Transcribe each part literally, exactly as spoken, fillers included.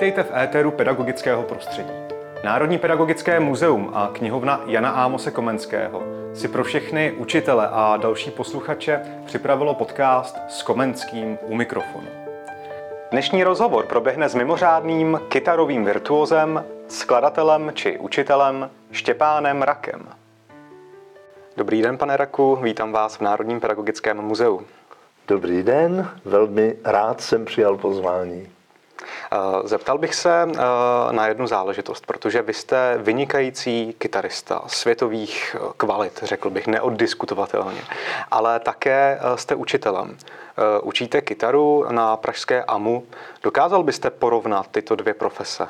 Vítejte v éteru pedagogického prostředí. Národní pedagogické muzeum a knihovna Jana Ámose Komenského si pro všechny učitele a další posluchače připravilo podcast s Komenským u mikrofonu. Dnešní rozhovor proběhne s mimořádným kytarovým virtuózem, skladatelem či učitelem Štěpánem Rakem. Dobrý den, pane Raku, vítám vás v Národním pedagogickém muzeu. Dobrý den, velmi rád jsem přijal pozvání. Zeptal bych se na jednu záležitost, protože vy jste vynikající kytarista světových kvalit, řekl bych, neoddiskutovatelně, ale také jste učitelem. Učíte kytaru na pražské á em u. Dokázal byste porovnat tyto dvě profese?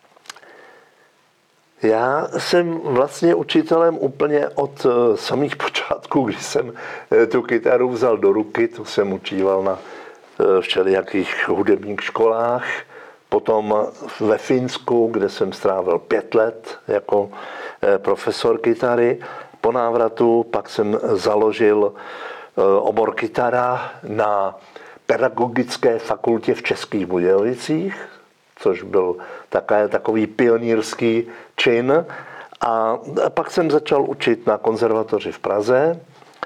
Já jsem vlastně učitelem úplně od samých počátků, kdy jsem tu kytaru vzal do ruky. To jsem učíval na všelijakých hudebních školách. Potom ve Finsku, kde jsem strávil pět let jako profesor kytary. Po návratu pak jsem založil obor kytara na pedagogické fakultě v Českých Budějovicích, což byl také takový pionýrský čin. A pak jsem začal učit na konzervatoři v Praze.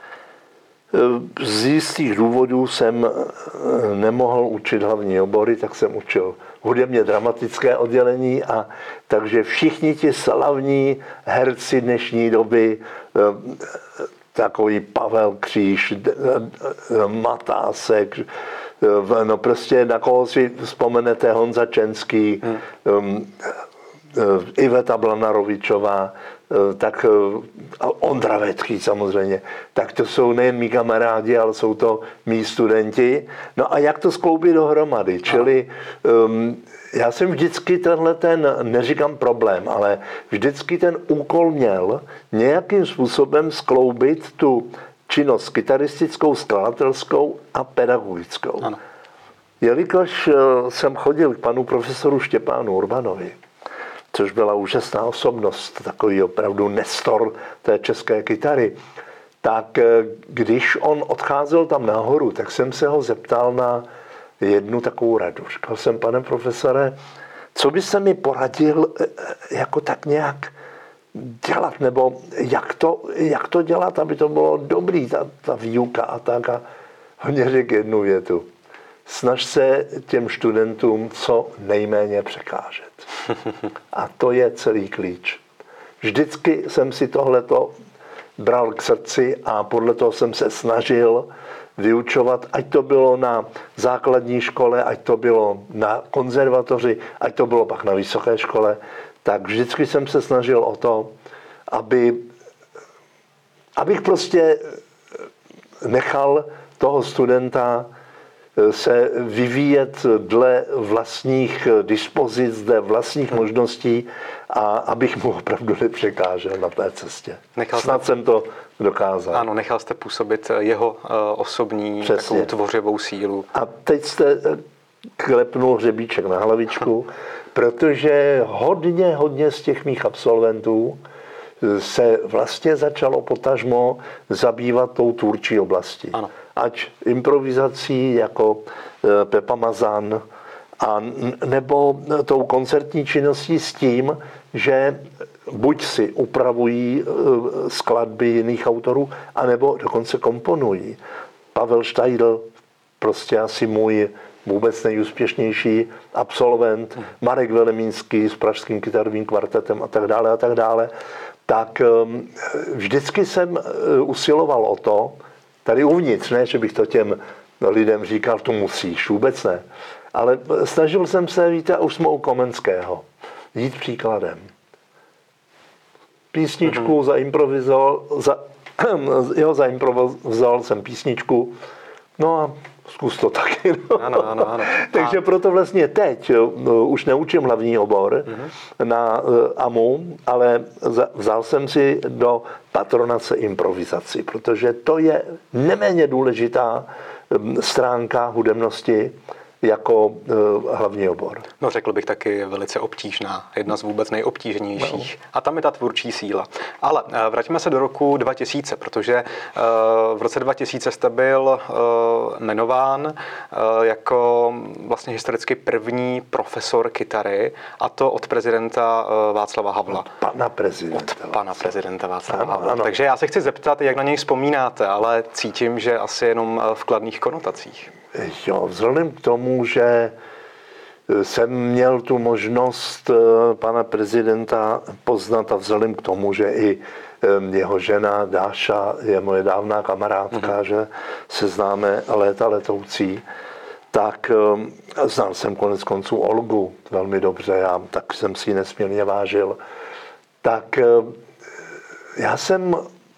Z jistých důvodů jsem nemohl učit hlavní obory, tak jsem učil hudebně dramatické oddělení, a takže všichni ti slavní herci dnešní doby, takový Pavel Kříž, Matásek, no prostě na koho si vzpomenete, Honza Čenský, hmm. Iveta Blanarovičová, tak Ondra Vetký samozřejmě, tak to jsou nejen mý kamarádi, ale jsou to mý studenti. No a jak to skloubit dohromady? Čili um, já jsem vždycky tenhle ten, neříkám problém, ale vždycky ten úkol měl nějakým způsobem skloubit tu činnost kytaristickou, skladatelskou a pedagogickou. Ano. Jelikož jsem chodil k panu profesoru Štěpánu Urbanovi, což byla úžasná osobnost, takový opravdu nestor té české kytary, tak když on odcházel tam nahoru, tak jsem se ho zeptal na jednu takovou radu. Říkal jsem, pane profesore, co byste mi poradil jako tak nějak dělat, nebo jak to, jak to dělat, aby to bylo dobrý, ta, ta výuka a tak. A on mě řekl jednu větu. Snaž se těm studentům co nejméně překážet. A to je celý klíč. Vždycky jsem si tohleto bral k srdci a podle toho jsem se snažil vyučovat, ať to bylo na základní škole, ať to bylo na konzervatoři, ať to bylo pak na vysoké škole, tak vždycky jsem se snažil o to, aby, abych prostě nechal toho studenta se vyvíjet dle vlastních dispozic, dle vlastních možností, a abych mu opravdu nepřekážel na té cestě. Nechal Snad jste... jsem to dokázal. Ano, nechal jste působit jeho osobní takovou tvořivou sílu. A teď jste klepnul hřebíček na hlavičku, protože hodně, hodně z těch mých absolventů se vlastně začalo potažmo zabývat tou tvůrčí oblastí. Ano. Ať improvizací jako Pepa Mazan, a nebo tou koncertní činností s tím, že buď si upravují skladby jiných autorů, anebo dokonce komponují. Pavel Štajdl, prostě asi můj vůbec nejúspěšnější absolvent, Marek Velemínský s pražským kytarovým kvartetem a tak dále a tak dále. Tak vždycky jsem usiloval o to, tady uvnitř, ne, že bych to těm lidem říkal, to musíš, vůbec ne. Ale snažil jsem se, víte, už jsme u Komenského, jít příkladem. Písničku mm-hmm. zaimprovizoval, za, jo, zaimprovizoval jsem písničku, no a zkus to taky. No. Ano, ano, ano. Takže proto vlastně teď no, už neučím hlavní obor mm-hmm. na uh, á em u, ale za, vzal jsem si do patronace improvizaci, protože to je neméně důležitá um, stránka hudebnosti jako hlavní obor. No řekl bych taky velice obtížná, jedna z vůbec nejobtížnějších. No. A tam je ta tvůrčí síla. Ale vraťme se do roku dva tisíce, protože v roce dva tisíce jste byl jmenován jako vlastně historicky první profesor kytary, a to od prezidenta Václava Havla. Od pana prezidenta. Od pana prezidenta Václava ano, Havla. ano. Takže já se chci zeptat, jak na něj vzpomínáte, ale cítím, že asi jenom v kladných konotacích. Jo, vzhledem k tomu, že jsem měl tu možnost pana prezidenta poznat a vzhledem k tomu, že i jeho žena Dáša je moje dávná kamarádka, mm-hmm. že se známe léta letoucí, tak znal jsem konec konců Olgu velmi dobře, já tak jsem si ji nesmírně vážil. Tak já jsem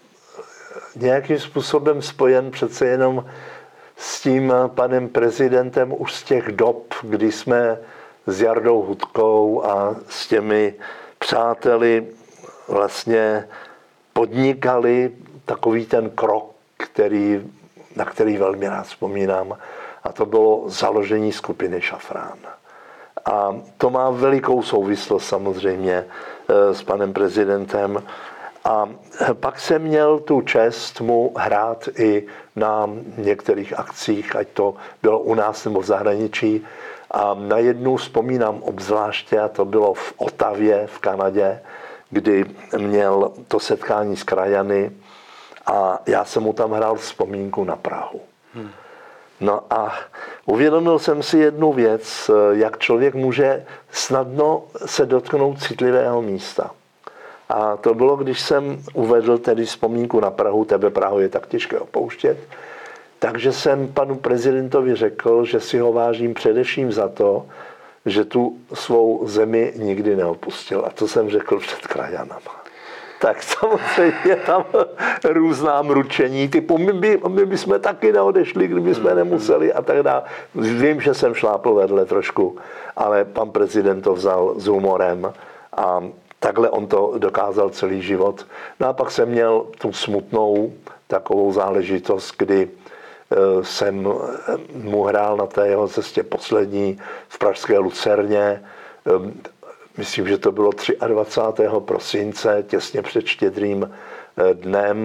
nějakým způsobem spojen přece jenom s tím panem prezidentem už z těch dob, kdy jsme s Jardou Hudkou a s těmi přáteli vlastně podnikali takový ten krok, který, na který velmi rád vzpomínám, a to bylo založení skupiny Šafrán. A to má velikou souvislost samozřejmě s panem prezidentem. A pak jsem měl tu čest mu hrát i na některých akcích, ať to bylo u nás nebo v zahraničí. A na jednu vzpomínám obzvláště, a to bylo v Otavě v Kanadě, kdy měl to setkání s krajany a já jsem mu tam hrál vzpomínku na Prahu. Hmm. No a uvědomil jsem si jednu věc, jak člověk může snadno se dotknout citlivého místa. A to bylo, když jsem uvedl tedy vzpomínku na Prahu, tebe Prahu je tak těžké opouštět, takže jsem panu prezidentovi řekl, že si ho vážím především za to, že tu svou zemi nikdy neopustil. A to jsem řekl před krajanama. Tak samozřejmě tam různá mručení, typu my, by, my bychom taky neodešli, kdyby jsme nemuseli a tak dále. Vím, že jsem šlápl vedle trošku, ale pan prezident to vzal s humorem a takhle on to dokázal celý život. No a pak jsem měl tu smutnou takovou záležitost, kdy jsem mu hrál na té jeho cestě poslední v pražské Lucerně. Myslím, že to bylo dvacátého třetího prosince, těsně před Štědrým dnem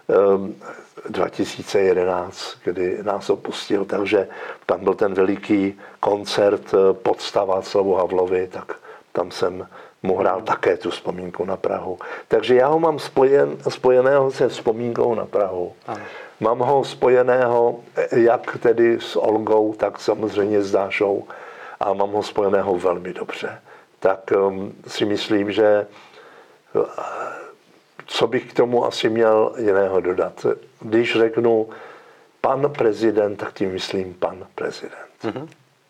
dva tisíce jedenáct, kdy nás opustil. Takže tam byl ten veliký koncert Podsta Václavu Havlovi, tak tam jsem mu hrál také tu vzpomínku na Prahu. Takže já ho mám spojen, spojeného se vzpomínkou na Prahu. Ano. Mám ho spojeného jak tedy s Olgou, tak samozřejmě s Dášou a mám ho spojeného velmi dobře. Tak um, si myslím, že co bych k tomu asi měl jiného dodat. Když řeknu pan prezident, tak tím myslím pan prezident. Mm-hmm.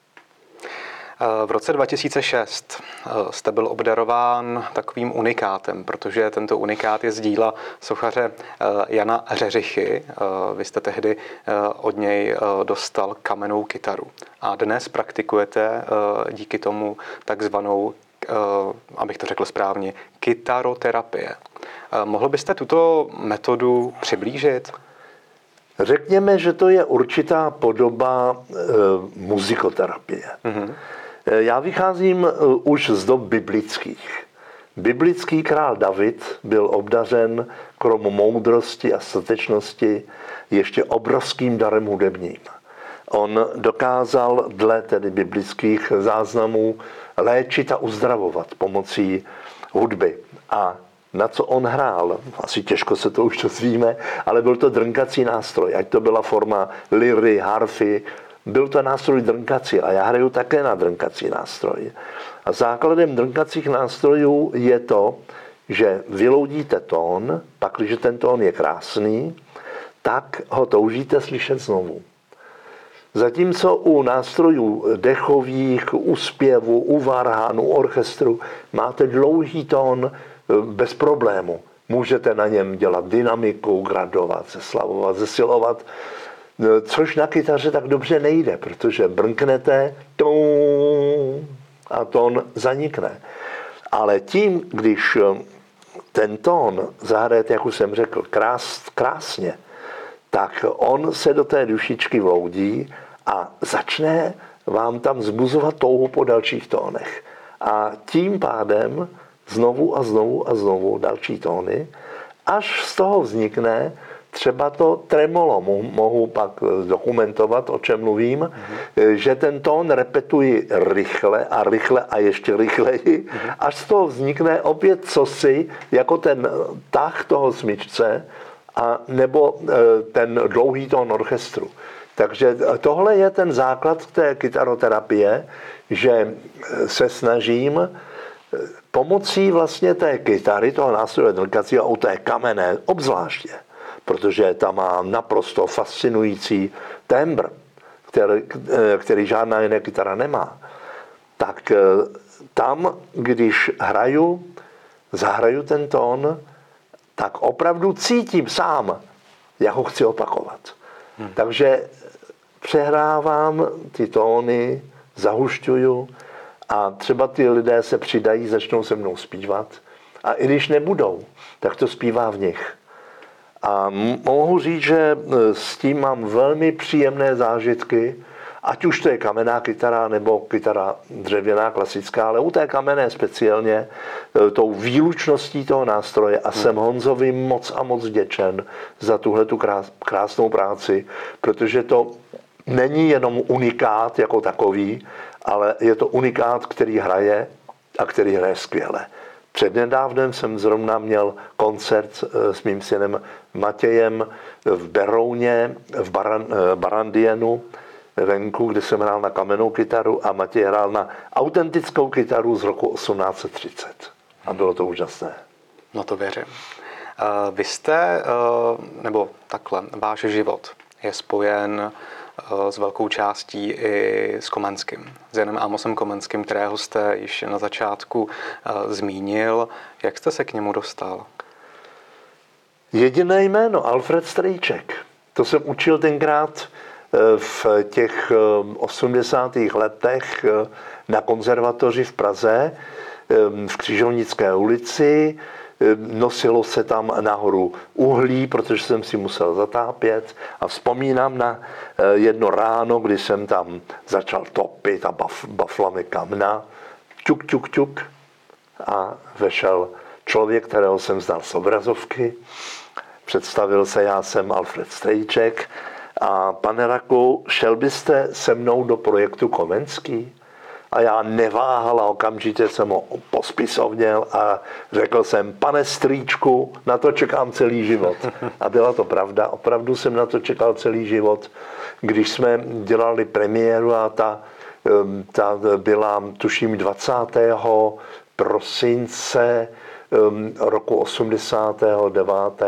V roce dva tisíce šest jste byl obdarován takovým unikátem, protože tento unikát je z díla sochaře Jana Řeřichy. Vy jste tehdy od něj dostal kamennou kytaru. A dnes praktikujete díky tomu takzvanou, abych to řekl správně, kytaroterapie. Mohl byste tuto metodu přiblížit? Řekněme, že to je určitá podoba e, muzikoterapie. Mm-hmm. Já vycházím už z dob biblických. Biblický král David byl obdařen krom moudrosti a statečnosti ještě obrovským darem hudebním. On dokázal dle tedy biblických záznamů léčit a uzdravovat pomocí hudby. A na co on hrál, asi těžko se to už dozvíme, ale byl to drnkací nástroj, ať to byla forma liry, harfy, byl to nástroj drnkací a já hraju také na drnkací nástroj. A základem drnkacích nástrojů je to, že vyloudíte tón, pak když ten tón je krásný, tak ho toužíte slyšet znovu. Zatímco u nástrojů dechových, u zpěvu, u varhanu, orchestru máte dlouhý tón bez problému. Můžete na něm dělat dynamiku, gradovat, zeslavovat, zesilovat, což na kytaře tak dobře nejde, protože brnknete a tón zanikne. Ale tím, když ten tón zahrajete, jak už jsem řekl, krás, krásně, tak on se do té dušičky vloudí a začne vám tam zbuzovat touhu po dalších tónech. A tím pádem znovu a znovu a znovu další tóny, až z toho vznikne třeba to tremolo. Mohu pak dokumentovat, o čem mluvím, mm-hmm. že ten tón repetuji rychle a rychle a ještě rychleji, mm-hmm. až z toho vznikne opět cosi, jako ten tah toho smyčce, a nebo ten dlouhý tón orchestru. Takže tohle je ten základ té kytaroterapie, že se snažím pomocí vlastně té kytary, toho nástroje dlkacího, u té kamenné obzvláště, protože tam má naprosto fascinující tembr, který, který žádná jiná kytara nemá. Tak tam, když hraju, zahraju ten tón, tak opravdu cítím sám, jak ho chci opakovat. Hmm. Takže přehrávám ty tóny, zahušťuju a třeba ty lidé se přidají, začnou se mnou zpívat. A i když nebudou, tak to zpívá v nich. A mohu říct, že s tím mám velmi příjemné zážitky, ať už to je kamenná kytara nebo kytara dřevěná, klasická, ale u té kamenné speciálně tou výlučností toho nástroje a jsem Honzovi moc a moc vděčen za tuhletu krásnou práci, protože to není jenom unikát jako takový, ale je to unikát, který hraje a který hraje skvěle. Přednedávnem jsem zrovna měl koncert s mým synem Matějem v Berouně, v Baran, Barandienu, venku, kde jsem hrál na kamennou kytaru a Matěj hrál na autentickou kytaru z roku osmnáct set třicet. A bylo to úžasné. No to věřím. Vy jste, nebo takhle, váš život je spojen s velkou částí i s Komenským, s Janem Amosem Komenským, kterého jste již na začátku zmínil. Jak jste se k němu dostal? Jediné jméno, Alfred Strejček. To jsem učil tenkrát v těch osmdesátých letech na konzervatoři v Praze, v Křižovnické ulici. Nosilo se tam nahoru uhlí, protože jsem si musel zatápět. A vzpomínám na jedno ráno, kdy jsem tam začal topit a baf, baflami kamna. Ťuk, ťuk, ťuk. A vešel člověk, kterého jsem znal z obrazovky. Představil se, já jsem Alfred Strejček. A pane Raku, šel byste se mnou do projektu Komenský? A já neváhal a okamžitě jsem ho pospisovněl a řekl jsem, pane Strýčku, na to čekám celý život. A byla to pravda, opravdu jsem na to čekal celý život. Když jsme dělali premiéru a ta, ta byla, tuším, dvacátého prosince roku osmdesát devět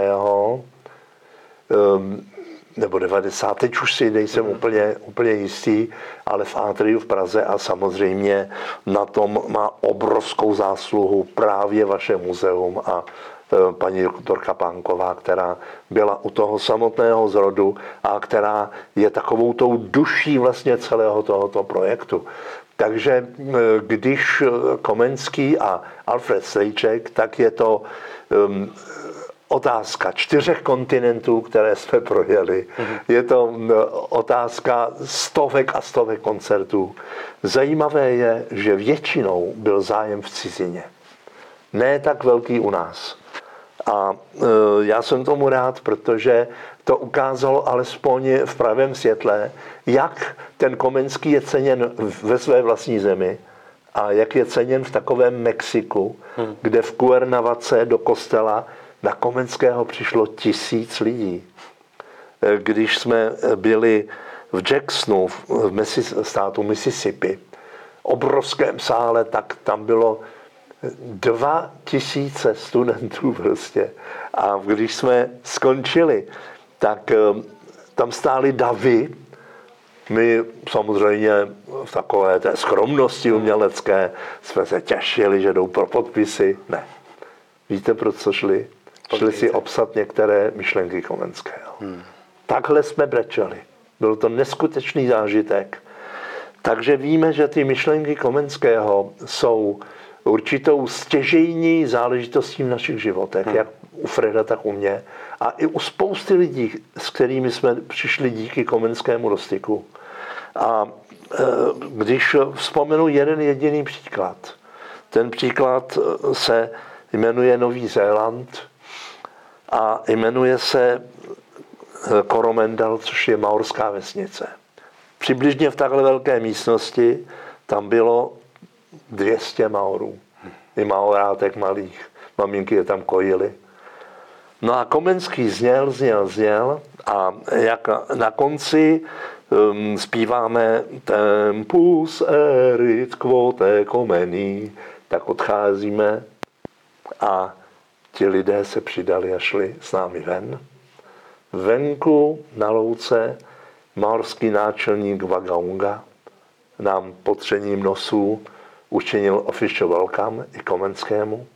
nebo devadesát, teď už si nejsem úplně, úplně jistý, ale v Atriu v Praze a samozřejmě na tom má obrovskou zásluhu právě vaše muzeum a paní doktorka Pánková, která byla u toho samotného zrodu a která je takovou tou duší vlastně celého tohoto projektu. Takže když Komenský a Alfred Strejček, tak je to um, otázka čtyřech kontinentů, které jsme projeli. Mm-hmm. Je to otázka stovek a stovek koncertů. Zajímavé je, že většinou byl zájem v cizině. Ne tak velký u nás. A e, já jsem tomu rád, protože to ukázalo alespoň v pravém světle, jak ten Komenský je ceněn ve své vlastní zemi a jak je ceněn v takovém Mexiku, mm. kde v Cuernavace do kostela na Komenského přišlo tisíc lidí. Když jsme byli v Jacksonu, v státu Mississippi, obrovském sále, tak tam bylo dva tisíce studentů prostě. A když jsme skončili, tak tam stály davy. My samozřejmě v takové té skromnosti umělecké jsme se těšili, že jdou pro podpisy. Ne. Víte, proč co šli? Šli si obsat některé myšlenky Komenského. Hmm. Takhle jsme brečeli. Byl to neskutečný zážitek. Takže víme, že ty myšlenky Komenského jsou určitou stěžejní záležitostí v našich životech, hmm. jak u Freda, tak u mě. A i u spousty lidí, s kterými jsme přišli díky Komenskému do styku. A když vzpomenu jeden jediný příklad, ten příklad se jmenuje Nový Zéland a jmenuje se Coromandel, což je maorská vesnice. Přibližně v takhle velké místnosti tam bylo dvě stě Maorů. I Maorátek malých. Maminky je tam kojily. No a Komenský zněl, zněl, zněl a jak na konci um, zpíváme Tempus erit quote comeni, tak odcházíme a ti lidé se přidali a šli s námi ven. Venku na louce maorský náčelník Vagaunga nám potřením nosů učinil official welcome i Komenskému.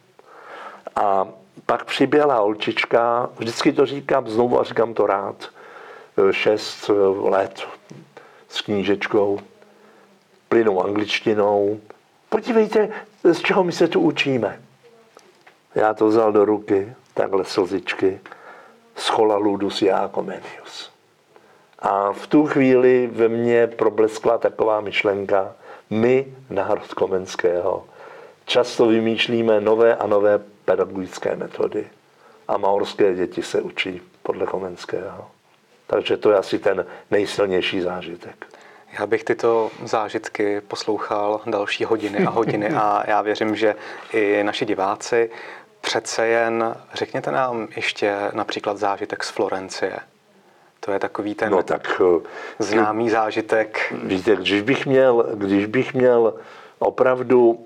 A pak přiběhla holčička, vždycky to říkám znovu a říkám to rád, šest let s knížečkou, plynou angličtinou. Podívejte, z čeho my se tu učíme. Já to vzal do ruky, takhle slzičky, schola ludus ja comenius. A v tu chvíli ve mně probleskla taková myšlenka, my, národ Komenského, často vymýšlíme nové a nové pedagogické metody a maorské děti se učí podle Komenského. Takže to je asi ten nejsilnější zážitek. Já bych tyto zážitky poslouchal další hodiny a hodiny a já věřím, že i naši diváci. Přece jen řekněte nám ještě například zážitek z Florencie. To je takový ten no, tak, známý zážitek. Víte, když bych měl, když bych měl opravdu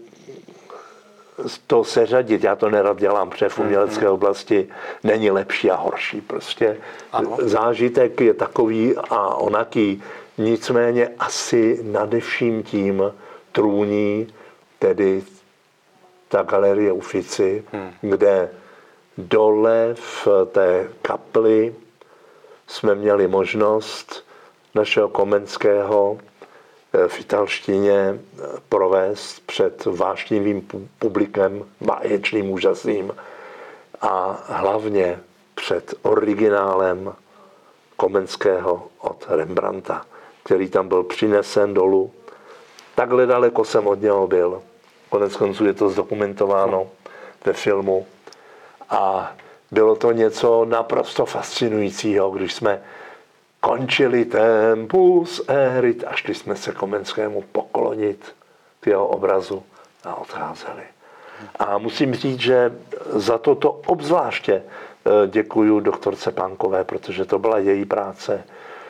to seřadit, já to nerad dělám, protože v umělecké oblasti není lepší a horší. Prostě ano. Zážitek je takový a onaký. Nicméně asi nadevším tím trůní, tedy ta galerie Uffizi, hmm. kde dole v té kapli jsme měli možnost našeho Komenského v italštině provést před vášnivým publikem, báječným, úžasným a hlavně před originálem Komenského od Rembrandta, který tam byl přinesen dolů. Takhle daleko jsem od něho byl. Konec konců je to zdokumentováno ve filmu. A bylo to něco naprosto fascinujícího, když jsme končili Tempus erit a šli jsme se Komenskému poklonit k jeho obrazu a odcházeli. A musím říct, že za toto obzvláště děkuju doktorce Pánkové, protože to byla její práce,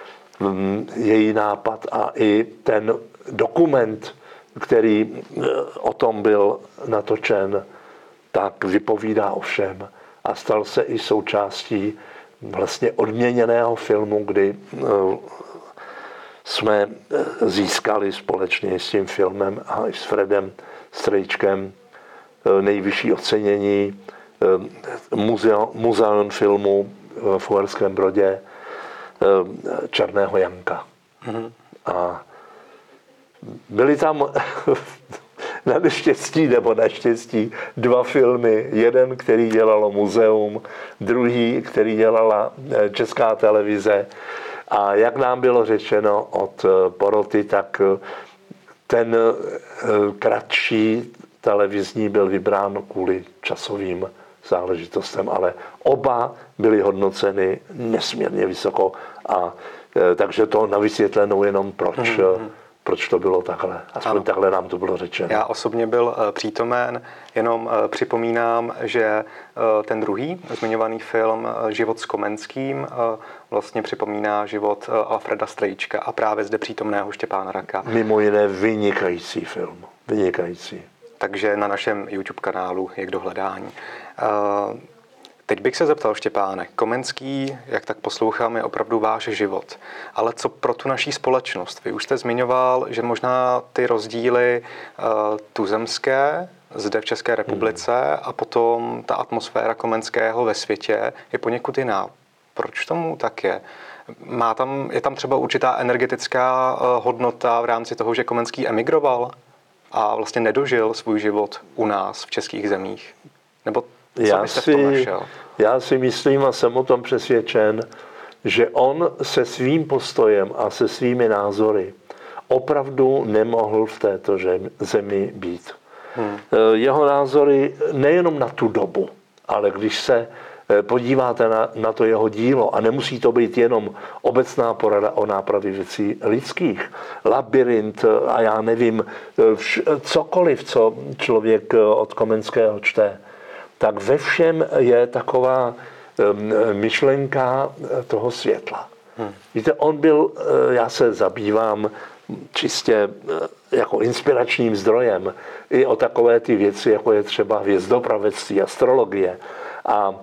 její nápad a i ten dokument, který o tom byl natočen, tak vypovídá o všem a stal se i součástí vlastně odměněného filmu, kdy jsme získali společně s tím filmem a i s Fredem Strejčkem nejvyšší ocenění muzeum, muzeum filmu v Uherském Brodě Černého Janka. Mm-hmm. A byly tam na neštěstí nebo naštěstí dva filmy. Jeden, který dělalo muzeum, druhý, který dělala Česká televize. A jak nám bylo řečeno od poroty, tak ten kratší televizní byl vybrán kvůli časovým záležitostem, ale oba byly hodnoceny nesmírně vysoko. A takže to na vysvětlenou jenom proč. Mm-hmm. Proč to bylo takhle? Aspoň ano. Takhle nám to bylo řečeno. Já osobně byl přítomen, jenom připomínám, že ten druhý zmiňovaný film Život s Komenským vlastně připomíná život Alfreda Strejčka a právě zde přítomného Štěpána Raka. Mimo jiné vynikající film. Vynikající. Takže na našem YouTube kanálu je k dohledání. Teď bych se zeptal, Štěpáne, Komenský, jak tak poslouchám, je opravdu váš život. Ale co pro tu naší společnost? Vy už jste zmiňoval, že možná ty rozdíly uh, tuzemské zde v České republice hmm. a potom ta atmosféra Komenského ve světě je poněkud jiná. Proč tomu tak je? Má tam, je tam třeba určitá energetická uh, hodnota v rámci toho, že Komenský emigroval a vlastně nedožil svůj život u nás v českých zemích? Nebo Já si, já si myslím a jsem o tom přesvědčen, že on se svým postojem a se svými názory opravdu nemohl v této zemi být. Hmm. Jeho názory nejenom na tu dobu, ale když se podíváte na, na to jeho dílo, a nemusí to být jenom obecná porada o nápravě věcí lidských, labyrint a já nevím, vš, cokoliv, co člověk od Komenského čte, tak ve všem je taková myšlenka toho světla. Hmm. Víte, on byl, já se zabývám čistě jako inspiračním zdrojem i o takové ty věci, jako je třeba hvězdopravectví, astrologie. A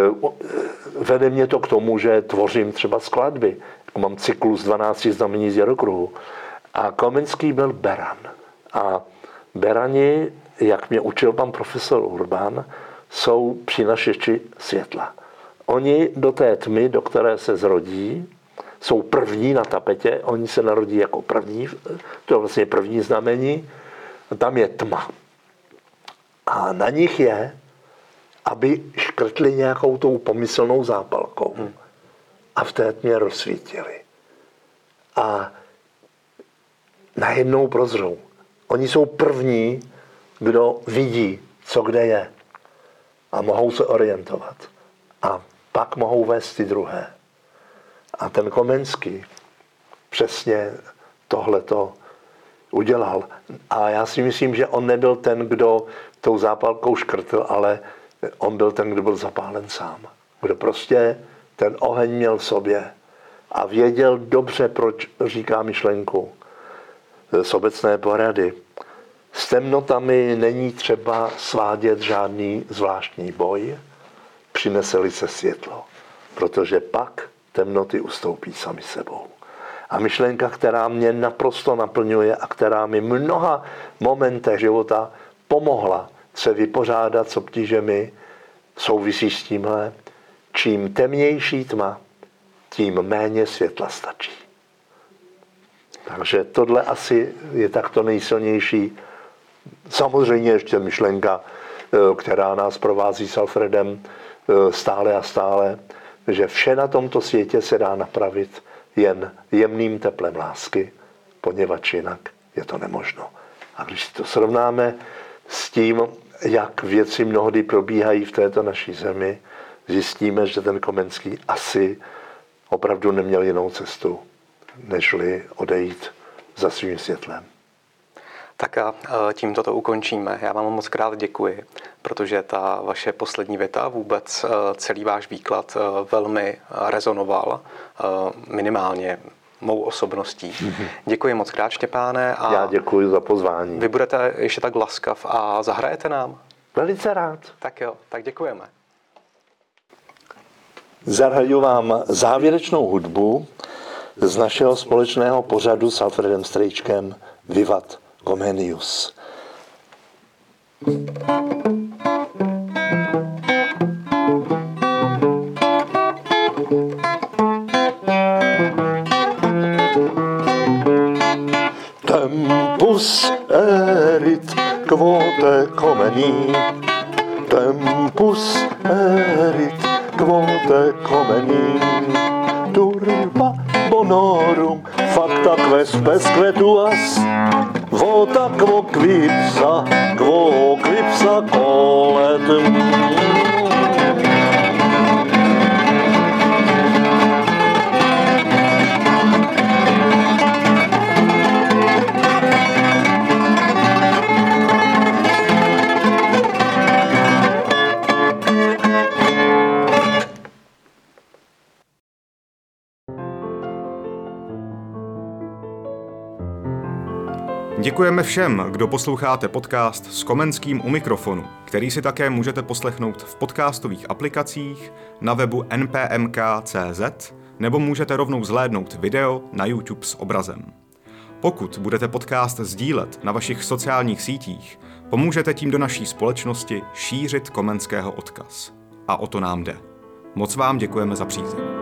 vede mě to k tomu, že tvořím třeba skladby. Mám cyklus dvanácti znamení z Jarokruhu. A Komenský byl beran. A berani, jak mě učil pan profesor Urban, jsou přinašeči světla. Oni do té tmy, do které se zrodí, jsou první na tapetě, oni se narodí jako první, to je vlastně první znamení, tam je tma. A na nich je, aby škrtli nějakou tou pomyslnou zápalkou hmm. a v té tmě rozsvítili. A najednou prozřou. Oni jsou první, kdo vidí, co kde je. A mohou se orientovat. A pak mohou vést ty druhé. A ten Komenský přesně tohleto udělal. A já si myslím, že on nebyl ten, kdo tou zápalkou škrtl, ale on byl ten, kdo byl zapálen sám. Kdo prostě ten oheň měl v sobě a věděl dobře, proč říká myšlenku z obecné porady. S temnotami není třeba svádět žádný zvláštní boj, přinese-li se světlo, protože pak temnoty ustoupí sami sebou. A myšlenka, která mě naprosto naplňuje a která mi v mnoha momentech života pomohla se vypořádat s obtížemi, souvisí s tímhle, čím temnější tma, tím méně světla stačí. Takže tohle asi je takto nejsilnější. Samozřejmě ještě myšlenka, která nás provází s Alfredem stále a stále, že vše na tomto světě se dá napravit jen jemným teplem lásky, poněvadž jinak je to nemožno. A když si to srovnáme s tím, jak věci mnohdy probíhají v této naší zemi, zjistíme, že ten Komenský asi opravdu neměl jinou cestu, nežli odejít za svým světlem. Tak a tímto to ukončíme. Já vám moc krát děkuji, protože ta vaše poslední věta, vůbec celý váš výklad velmi rezonoval, minimálně mou osobností. Mm-hmm. Děkuji moc krát, Štěpáne. A já děkuji za pozvání. Vy budete ještě tak laskav a zahrajete nám? Velice rád. Tak jo, tak děkujeme. Zahraju vám závěrečnou hudbu z našeho společného pořadu s Alfredem Strejčkem Vivat Comenius. Tempus erit quote comeni, tempus erit quote comeni, turba bonorum facta quespes quetuas, vota quo quipsa, quo quipsa colet. Děkujeme všem, kdo posloucháte podcast s Komenským u mikrofonu, který si také můžete poslechnout v podcastových aplikacích, na webu n p m k tečka c z nebo můžete rovnou zhlédnout video na YouTube s obrazem. Pokud budete podcast sdílet na vašich sociálních sítích, pomůžete tím do naší společnosti šířit Komenského odkaz. A o to nám jde. Moc vám děkujeme za přízeň.